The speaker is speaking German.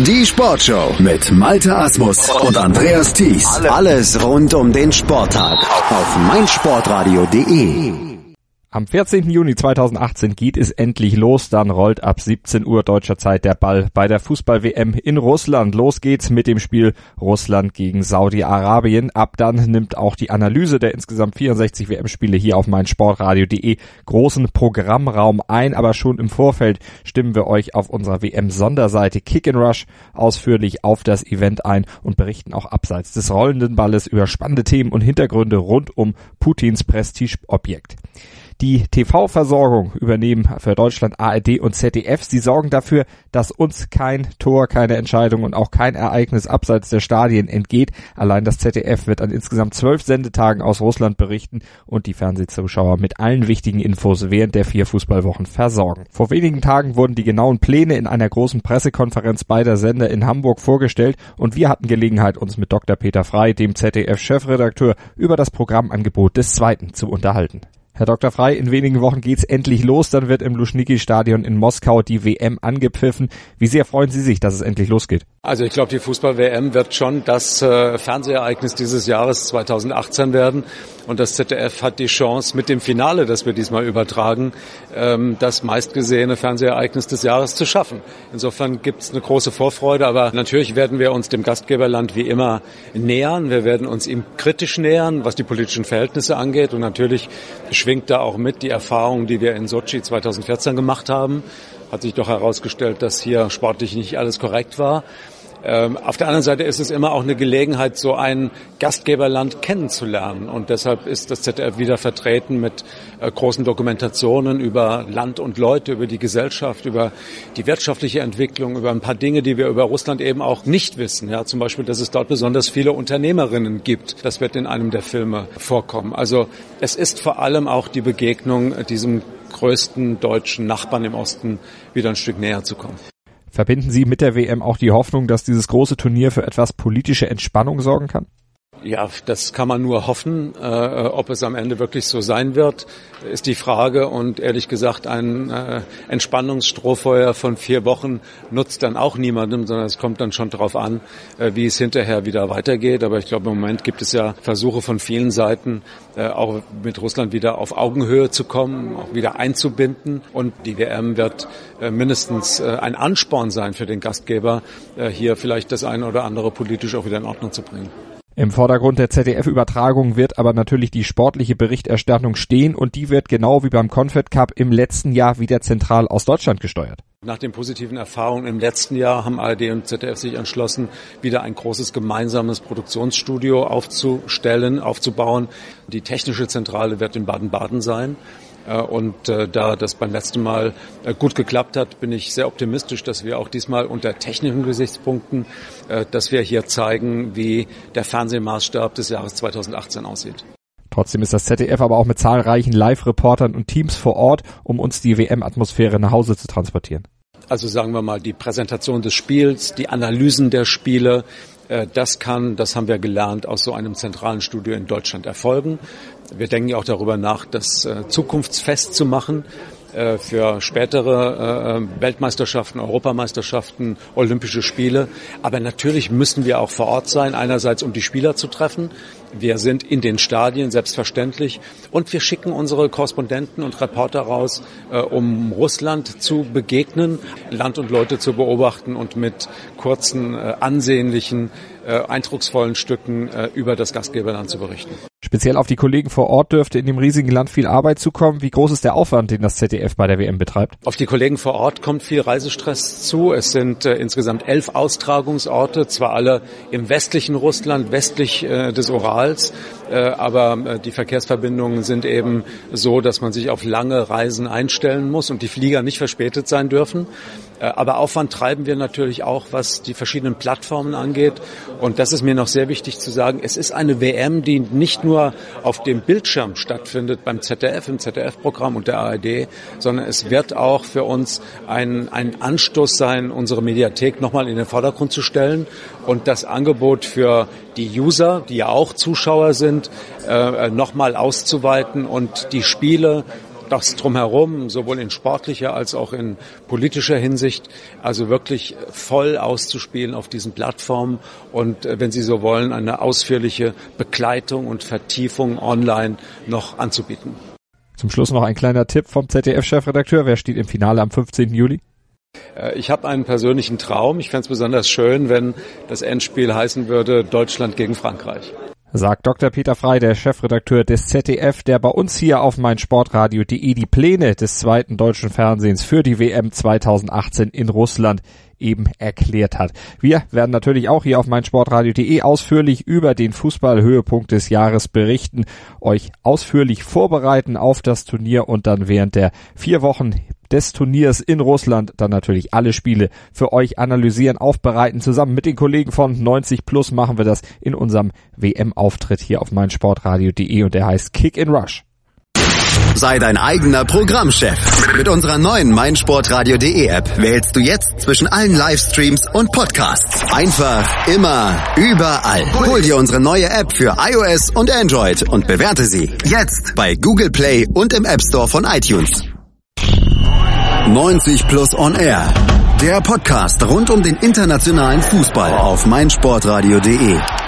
Die Sportshow mit Malte Asmus und Andreas Thies. Alles rund um den Sporttag auf meinsportradio.de. Am 14. Juni 2018 geht es endlich los, dann rollt ab 17 Uhr deutscher Zeit der Ball bei der Fußball-WM in Russland. Los geht's mit dem Spiel Russland gegen Saudi-Arabien. Ab dann nimmt auch die Analyse der insgesamt 64 WM-Spiele hier auf meinsportradio.de großen Programmraum ein, aber schon im Vorfeld stimmen wir euch auf unserer WM-Sonderseite Kick and Rush ausführlich auf das Event ein und berichten auch abseits des rollenden Balles über spannende Themen und Hintergründe rund um Putins Prestigeobjekt. Die TV-Versorgung übernehmen für Deutschland ARD und ZDF. Sie sorgen dafür, dass uns kein Tor, keine Entscheidung und auch kein Ereignis abseits der Stadien entgeht. Allein das ZDF wird an insgesamt 12 Sendetagen aus Russland berichten und die Fernsehzuschauer mit allen wichtigen Infos während der 4 Fußballwochen versorgen. Vor wenigen Tagen wurden die genauen Pläne in einer großen Pressekonferenz beider Sender in Hamburg vorgestellt und wir hatten Gelegenheit, uns mit Dr. Peter Frey, dem ZDF-Chefredakteur, über das Programmangebot des Zweiten zu unterhalten. Herr Dr. Frey, in wenigen Wochen geht's endlich los, dann wird im Luschniki-Stadion in Moskau die WM angepfiffen. Wie sehr freuen Sie sich, dass es endlich losgeht? Also ich glaube, die Fußball-WM wird schon das Fernsehereignis dieses Jahres 2018 werden. Und das ZDF hat die Chance, mit dem Finale, das wir diesmal übertragen, das meistgesehene Fernsehereignis des Jahres zu schaffen. Insofern gibt es eine große Vorfreude, aber natürlich werden wir uns dem Gastgeberland wie immer nähern. Wir werden uns ihm kritisch nähern, was die politischen Verhältnisse angeht. Und natürlich schwingt da auch mit die Erfahrung, die wir in Sochi 2014 gemacht haben. Hat sich doch herausgestellt, dass hier sportlich nicht alles korrekt war. Auf der anderen Seite ist es immer auch eine Gelegenheit, so ein Gastgeberland kennenzulernen. Und deshalb ist das ZDF wieder vertreten mit großen Dokumentationen über Land und Leute, über die Gesellschaft, über die wirtschaftliche Entwicklung, über ein paar Dinge, die wir über Russland eben auch nicht wissen. Ja, zum Beispiel, dass es dort besonders viele Unternehmerinnen gibt. Das wird in einem der Filme vorkommen. Also es ist vor allem auch die Begegnung diesem größten deutschen Nachbarn im Osten wieder ein Stück näher zu kommen. Verbinden Sie mit der WM auch die Hoffnung, dass dieses große Turnier für etwas politische Entspannung sorgen kann? Ja, das kann man nur hoffen. Ob es am Ende wirklich so sein wird, ist die Frage. Und ehrlich gesagt, ein Entspannungsstrohfeuer von 4 Wochen nutzt dann auch niemandem, sondern es kommt dann schon darauf an, wie es hinterher wieder weitergeht. Aber ich glaube, im Moment gibt es ja Versuche von vielen Seiten, auch mit Russland wieder auf Augenhöhe zu kommen, auch wieder einzubinden. Und die WM wird mindestens ein Ansporn sein für den Gastgeber, hier vielleicht das eine oder andere politisch auch wieder in Ordnung zu bringen. Im Vordergrund der ZDF-Übertragung wird aber natürlich die sportliche Berichterstattung stehen und die wird genau wie beim Confed Cup im letzten Jahr wieder zentral aus Deutschland gesteuert. Nach den positiven Erfahrungen im letzten Jahr haben ARD und ZDF sich entschlossen, wieder ein großes gemeinsames Produktionsstudio aufzubauen. Die technische Zentrale wird in Baden-Baden sein. Und da das beim letzten Mal gut geklappt hat, bin ich sehr optimistisch, dass wir auch diesmal unter technischen Gesichtspunkten, dass wir hier zeigen, wie der Fernsehmaßstab des Jahres 2018 aussieht. Trotzdem ist das ZDF aber auch mit zahlreichen Live-Reportern und Teams vor Ort, um uns die WM-Atmosphäre nach Hause zu transportieren. Also sagen wir mal, die Präsentation des Spiels, die Analysen der Spiele, das haben wir gelernt, aus so einem zentralen Studio in Deutschland erfolgen. Wir denken ja auch darüber nach, das zukunftsfest zu machen für spätere Weltmeisterschaften, Europameisterschaften, Olympische Spiele. Aber natürlich müssen wir auch vor Ort sein, einerseits um die Spieler zu treffen. Wir sind in den Stadien, selbstverständlich. Und wir schicken unsere Korrespondenten und Reporter raus, um Russland zu begegnen, Land und Leute zu beobachten und mit kurzen, ansehnlichen, eindrucksvollen Stücken über das Gastgeberland zu berichten. Speziell auf die Kollegen vor Ort dürfte in dem riesigen Land viel Arbeit zukommen. Wie groß ist der Aufwand, den das ZDF bei der WM betreibt? Auf die Kollegen vor Ort kommt viel Reisestress zu. Es sind insgesamt 11 Austragungsorte, zwar alle im westlichen Russland, westlich des Urals, aber die Verkehrsverbindungen sind eben so, dass man sich auf lange Reisen einstellen muss und die Flieger nicht verspätet sein dürfen. Aber Aufwand treiben wir natürlich auch, was die verschiedenen Plattformen angeht. Und das ist mir noch sehr wichtig zu sagen. Es ist eine WM, die nicht nur auf dem Bildschirm stattfindet beim ZDF, im ZDF-Programm und der ARD, sondern es wird auch für uns ein Anstoß sein, unsere Mediathek nochmal in den Vordergrund zu stellen und das Angebot für die User, die ja auch Zuschauer sind, nochmal auszuweiten und die Spiele das Drumherum, sowohl in sportlicher als auch in politischer Hinsicht, also wirklich voll auszuspielen auf diesen Plattformen und, wenn Sie so wollen, eine ausführliche Begleitung und Vertiefung online noch anzubieten. Zum Schluss noch ein kleiner Tipp vom ZDF-Chefredakteur. Wer steht im Finale am 15. Juli? Ich habe einen persönlichen Traum. Ich fände es besonders schön, wenn das Endspiel heißen würde Deutschland gegen Frankreich. Sagt Dr. Peter Frey, der Chefredakteur des ZDF, der bei uns hier auf meinsportradio.de die Pläne des zweiten deutschen Fernsehens für die WM 2018 in Russland eben erklärt hat. Wir werden natürlich auch hier auf meinsportradio.de ausführlich über den Fußballhöhepunkt des Jahres berichten, euch ausführlich vorbereiten auf das Turnier und dann während der 4 Wochen des Turniers in Russland dann natürlich alle Spiele für euch analysieren, aufbereiten. Zusammen mit den Kollegen von 90 Plus machen wir das in unserem WM-Auftritt hier auf meinsportradio.de und der heißt Kick in Rush. Sei dein eigener Programmchef. Mit unserer neuen meinsportradio.de App wählst du jetzt zwischen allen Livestreams und Podcasts. Einfach, immer, überall. Hol dir unsere neue App für iOS und Android und bewerte sie jetzt bei Google Play und im App Store von iTunes. 90 Plus on Air. Der Podcast rund um den internationalen Fußball auf meinsportradio.de.